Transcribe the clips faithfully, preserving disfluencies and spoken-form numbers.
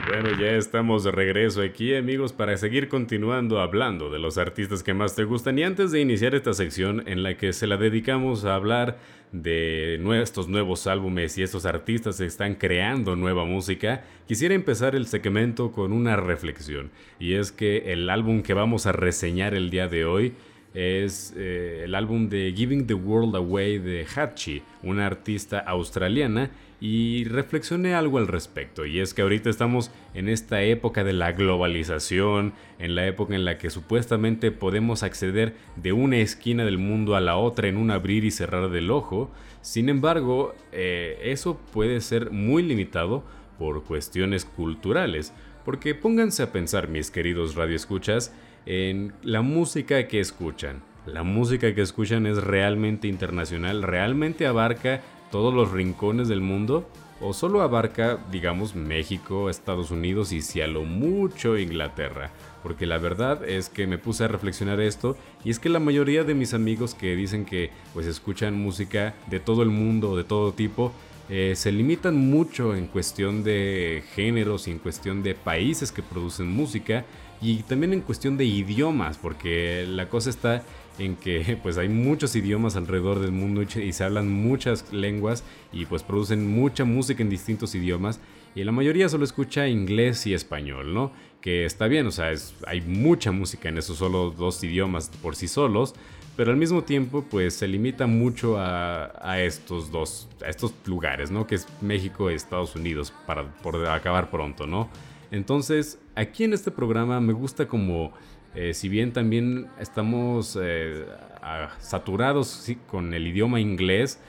Bueno, ya estamos de regreso aquí, amigos, para seguir continuando hablando de los artistas que más te gustan. Y antes de iniciar esta sección en la que se la dedicamos a hablar de nuestros nuevos álbumes y estos artistas que están creando nueva música, quisiera empezar el segmento con una reflexión. Y es que el álbum que vamos a reseñar el día de hoy es eh, el álbum de Giving the World Away de Hatchie, una artista australiana, y reflexioné algo al respecto, y es que ahorita estamos en esta época de la globalización, en la época en la que supuestamente podemos acceder de una esquina del mundo a la otra en un abrir y cerrar del ojo. Sin embargo, eh, eso puede ser muy limitado por cuestiones culturales, porque pónganse a pensar, mis queridos radioescuchas, en la música que escuchan. La música que escuchan es realmente internacional, realmente abarca todos los rincones del mundo, o solo abarca, digamos, México, Estados Unidos y si a lo mucho Inglaterra. Porque la verdad es que me puse a reflexionar esto, y es que la mayoría de mis amigos que dicen que pues escuchan música de todo el mundo, de todo tipo, eh, se limitan mucho en cuestión de géneros y en cuestión de países que producen música, y también en cuestión de idiomas, porque la cosa está en que pues hay muchos idiomas alrededor del mundo y se hablan muchas lenguas y pues producen mucha música en distintos idiomas, y la mayoría solo escucha inglés y español, ¿no? Que está bien, o sea, es, hay mucha música en esos solo dos idiomas por sí solos, pero al mismo tiempo pues se limita mucho a, a estos dos, a estos lugares, ¿no? Que es México y Estados Unidos, para por acabar pronto, ¿no? Entonces, aquí en este programa me gusta como, eh, si bien también estamos eh, a, saturados sí, con el idioma inglés,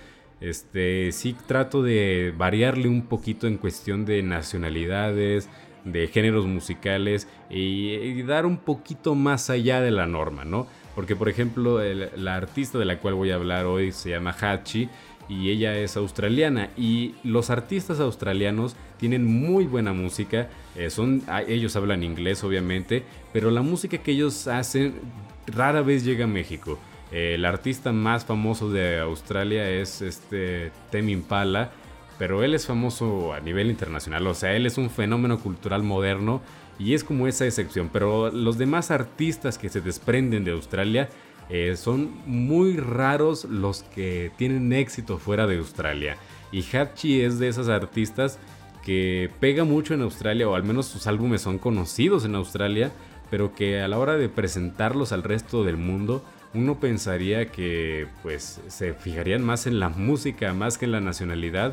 este, sí trato de variarle un poquito en cuestión de nacionalidades, de géneros musicales y, y dar un poquito más allá de la norma, ¿no? Porque, por ejemplo, el, la artista de la cual voy a hablar hoy se llama Hatchie, y ella es australiana, y los artistas australianos tienen muy buena música, eh, son, ellos hablan inglés obviamente, pero la música que ellos hacen rara vez llega a México. Eh, el artista más famoso de Australia es este Tame Impala, pero él es famoso a nivel internacional, o sea, él es un fenómeno cultural moderno y es como esa excepción, pero los demás artistas que se desprenden de Australia Eh, son muy raros los que tienen éxito fuera de Australia. Y Hatchie es de esas artistas que pega mucho en Australia, o al menos sus álbumes son conocidos en Australia, pero que a la hora de presentarlos al resto del mundo, uno pensaría que pues se fijarían más en la música más que en la nacionalidad.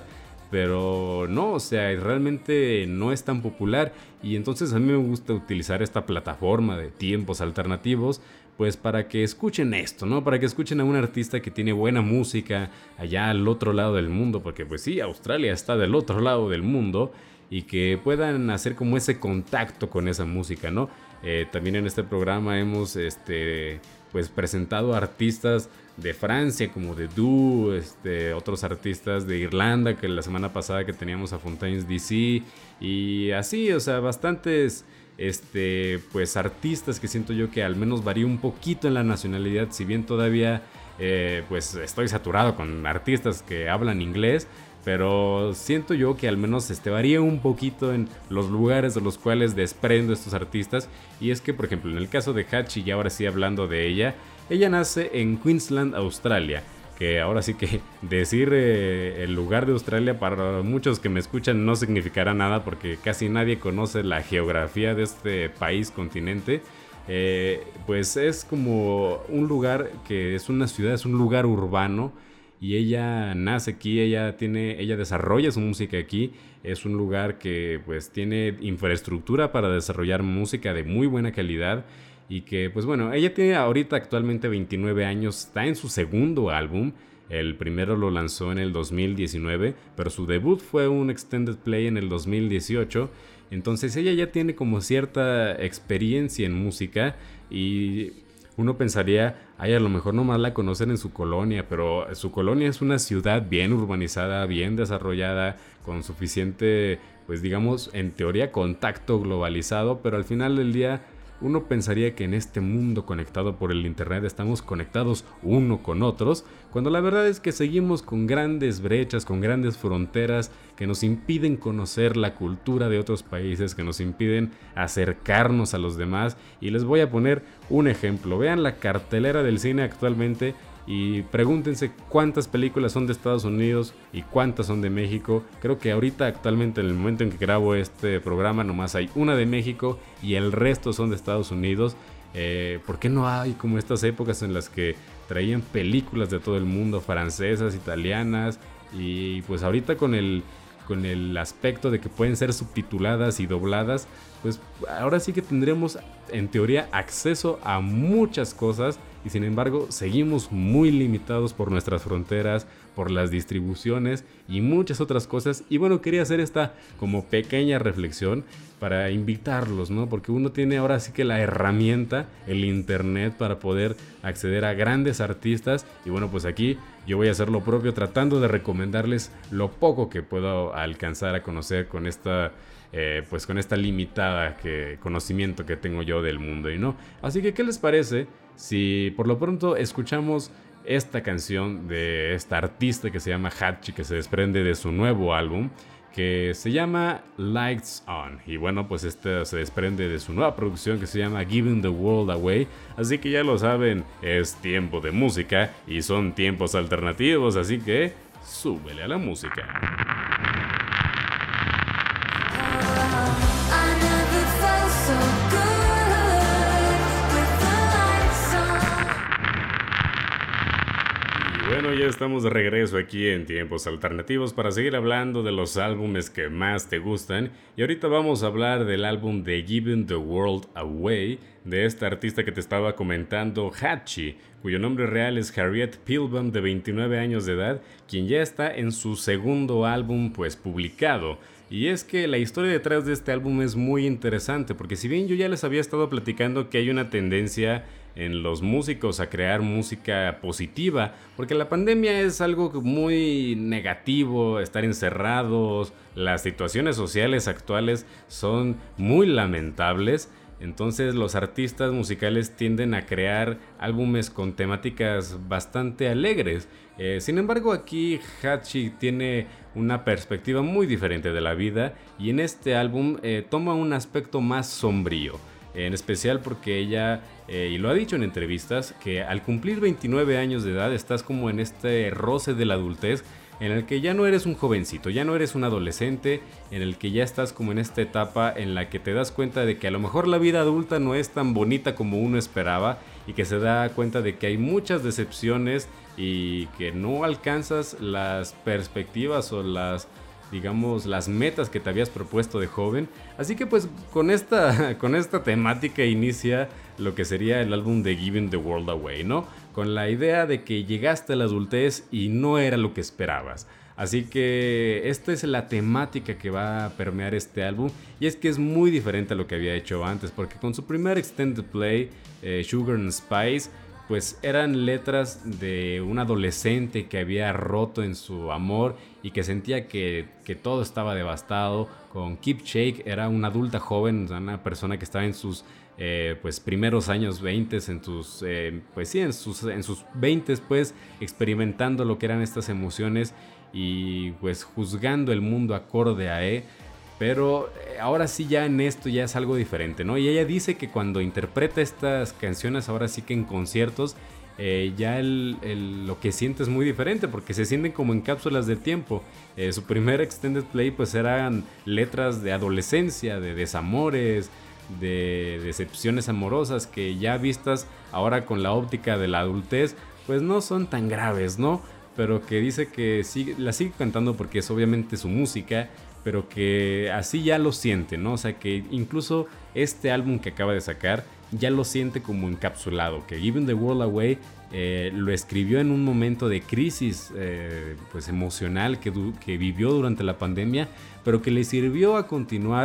Pero no, o sea, realmente no es tan popular, y entonces a mí me gusta utilizar esta plataforma de tiempos alternativos pues para que escuchen esto, ¿no? Para que escuchen a un artista que tiene buena música allá al otro lado del mundo, porque pues sí, Australia está del otro lado del mundo, y que puedan hacer como ese contacto con esa música, ¿no? Eh, también en este programa hemos este, pues presentado artistas de Francia como The Do, este, otros artistas de Irlanda, que la semana pasada que teníamos a Fontaines D C, y así, o sea, bastantes este, pues artistas que siento yo que al menos varía un poquito en la nacionalidad, si bien todavía eh, pues estoy saturado con artistas que hablan inglés, pero siento yo que al menos este, varía un poquito en los lugares de los cuales desprendo estos artistas. Y es que, por ejemplo, en el caso de Hatchie, y ahora sí hablando de ella, ella nace en Queensland, Australia, que ahora sí que decir eh, el lugar de Australia para muchos que me escuchan no significará nada, porque casi nadie conoce la geografía de este país continente. Eh, pues es como un lugar que es una ciudad, es un lugar urbano, y ella nace aquí, ella tiene, ella desarrolla su música aquí. Es un lugar que pues tiene infraestructura para desarrollar música de muy buena calidad, y que pues bueno, ella tiene ahorita actualmente veintinueve años, está en su segundo álbum. El primero lo lanzó en el dos mil diecinueve, pero su debut fue un extended play en el dos mil dieciocho. Entonces ella ya tiene como cierta experiencia en música, y uno pensaría, ay, a lo mejor nomás la conocen en su colonia, pero su colonia es una ciudad bien urbanizada, bien desarrollada, con suficiente, pues digamos, en teoría, contacto globalizado, pero al final del día uno pensaría que en este mundo conectado por el internet estamos conectados uno con otros, cuando la verdad es que seguimos con grandes brechas, con grandes fronteras que nos impiden conocer la cultura de otros países, que nos impiden acercarnos a los demás. Y les voy a poner un ejemplo. Vean la cartelera del cine actualmente y pregúntense cuántas películas son de Estados Unidos y cuántas son de México. Creo que ahorita actualmente, en el momento en que grabo este programa, nomás hay una de México y el resto son de Estados Unidos. Eh, ¿Por qué no hay como estas épocas en las que traían películas de todo el mundo, francesas, italianas? Y pues ahorita con el, con el aspecto de que pueden ser subtituladas y dobladas, pues ahora sí que tendremos en teoría acceso a muchas cosas, y sin embargo seguimos muy limitados por nuestras fronteras, por las distribuciones y muchas otras cosas. Y bueno, quería hacer esta como pequeña reflexión para invitarlos, ¿no? Porque uno tiene ahora sí que la herramienta, el internet, para poder acceder a grandes artistas. Y bueno, pues aquí yo voy a hacer lo propio, tratando de recomendarles lo poco que puedo alcanzar a conocer con esta Eh, pues con esta limitada que, conocimiento que tengo yo del mundo, y no. Así que, ¿qué les parece si por lo pronto escuchamos esta canción de esta artista que se llama Hatchie, que se desprende de su nuevo álbum, que se llama Lights On? Y bueno, pues este se desprende de su nueva producción que se llama Giving the World Away. Así que ya lo saben, es tiempo de música y son tiempos alternativos, así que súbele a la música. Bueno, ya estamos de regreso aquí en Tiempos Alternativos para seguir hablando de los álbumes que más te gustan. Y ahorita vamos a hablar del álbum de Giving the World Away, de esta artista que te estaba comentando, Hatchie, cuyo nombre real es Harriet Pilbam, de veintinueve años de edad, quien ya está en su segundo álbum pues publicado. Y es que la historia detrás de este álbum es muy interesante, porque si bien yo ya les había estado platicando que hay una tendencia en los músicos a crear música positiva, porque la pandemia es algo muy negativo, estar encerrados, las situaciones sociales actuales son muy lamentables. Entonces los artistas musicales tienden a crear álbumes con temáticas bastante alegres. Eh, sin embargo, aquí Hatchie tiene una perspectiva muy diferente de la vida, y en este álbum eh, toma un aspecto más sombrío. En especial porque ella, eh, y lo ha dicho en entrevistas, que al cumplir veintinueve años de edad estás como en este roce de la adultez, en el que ya no eres un jovencito, ya no eres un adolescente, en el que ya estás como en esta etapa en la que te das cuenta de que a lo mejor la vida adulta no es tan bonita como uno esperaba, y que se da cuenta de que hay muchas decepciones y que no alcanzas las perspectivas o las, digamos, las metas que te habías propuesto de joven. Así que pues con esta, con esta temática inicia lo que sería el álbum de Giving the World Away, ¿no? Con la idea de que llegaste a la adultez y no era lo que esperabas. Así que esta es la temática que va a permear este álbum, y es que es muy diferente a lo que había hecho antes, porque con su primer extended play, eh, Sugar and Spice, pues eran letras de un adolescente que había roto en su amor y que sentía que, que todo estaba devastado. Con Keep Shake era una adulta joven, una persona que estaba en sus eh, pues primeros años veinte, en sus eh, pues sí, en sus en sus veinte, pues experimentando lo que eran estas emociones y pues juzgando el mundo acorde a él. Pero ahora sí, ya en esto ya es algo diferente, ¿no? Y ella dice que cuando interpreta estas canciones, ahora sí que en conciertos, eh, ya el, el, lo que siente es muy diferente, porque se sienten como en cápsulas de tiempo. Eh, su primer extended play pues eran letras de adolescencia, de desamores, de decepciones amorosas, que ya vistas ahora con la óptica de la adultez, pues no son tan graves, ¿no? Pero que dice que sigue, la sigue cantando porque es obviamente su música, pero que así ya lo siente, ¿no? O sea, que incluso este álbum que acaba de sacar ya lo siente como encapsulado, que Giving the World Away eh, lo escribió en un momento de crisis eh, pues emocional que, que vivió durante la pandemia, pero que le sirvió a continuar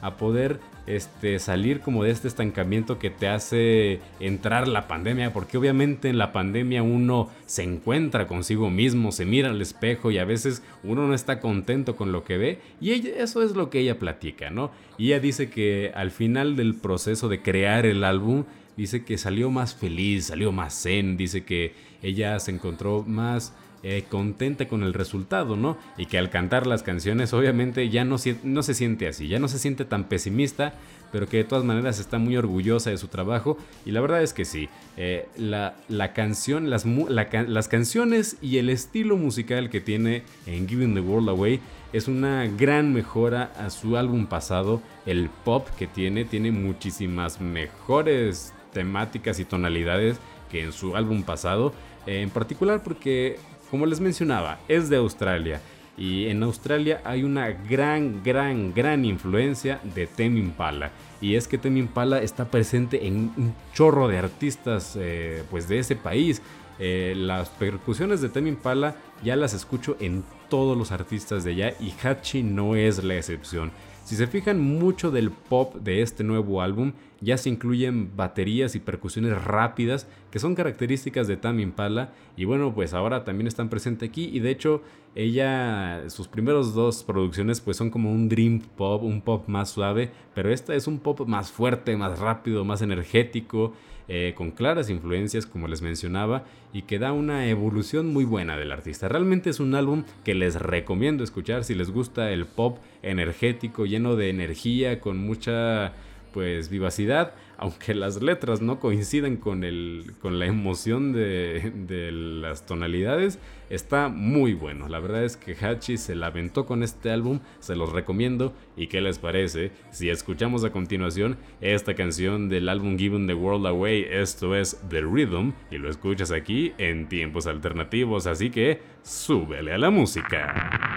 a poder este, salir como de este estancamiento que te hace entrar la pandemia, porque obviamente en la pandemia uno se encuentra consigo mismo, se mira al espejo y a veces uno no está contento con lo que ve, y ella, eso es lo que ella platica, ¿no? Y ella dice que al final del proceso de crear el álbum, dice que salió más feliz, salió más zen, dice que ella se encontró más eh, contenta con el resultado, ¿no? Y que al cantar las canciones obviamente ya no, no se siente así, ya no se siente tan pesimista, pero que de todas maneras está muy orgullosa de su trabajo. Y la verdad es que sí, eh, la, la canción, las, la, las canciones y el estilo musical que tiene en Giving the World Away es una gran mejora a su álbum pasado. El pop que tiene, tiene muchísimas mejores temáticas y tonalidades que en su álbum pasado, eh, en particular porque, como les mencionaba, es de Australia, y en Australia hay una gran, gran, gran influencia de Tame Impala, y es que Tame Impala está presente en un chorro de artistas eh, pues de ese país. Eh, las percusiones de Tame Impala ya las escucho en todos los artistas de allá, y Hachi no es la excepción. Si se fijan, mucho del pop de este nuevo álbum ya se incluyen baterías y percusiones rápidas que son características de Tame Impala, y bueno, pues ahora también están presentes aquí. Y de hecho ella, sus primeros dos producciones pues son como un dream pop, un pop más suave, pero esta es un pop más fuerte, más rápido, más energético, eh, con claras influencias como les mencionaba, y que da una evolución muy buena del artista. Realmente es un álbum que les recomiendo escuchar si les gusta el pop energético, lleno de energía, con mucha pues vivacidad, aunque las letras no coinciden con, el, con la emoción de, de las tonalidades. Está muy bueno, la verdad es que Hachi se la aventó con este álbum, se los recomiendo. ¿Y qué les parece si escuchamos a continuación esta canción del álbum Giving the World Away? Esto es The Rhythm, y lo escuchas aquí en Tiempos Alternativos, así que súbele a la música.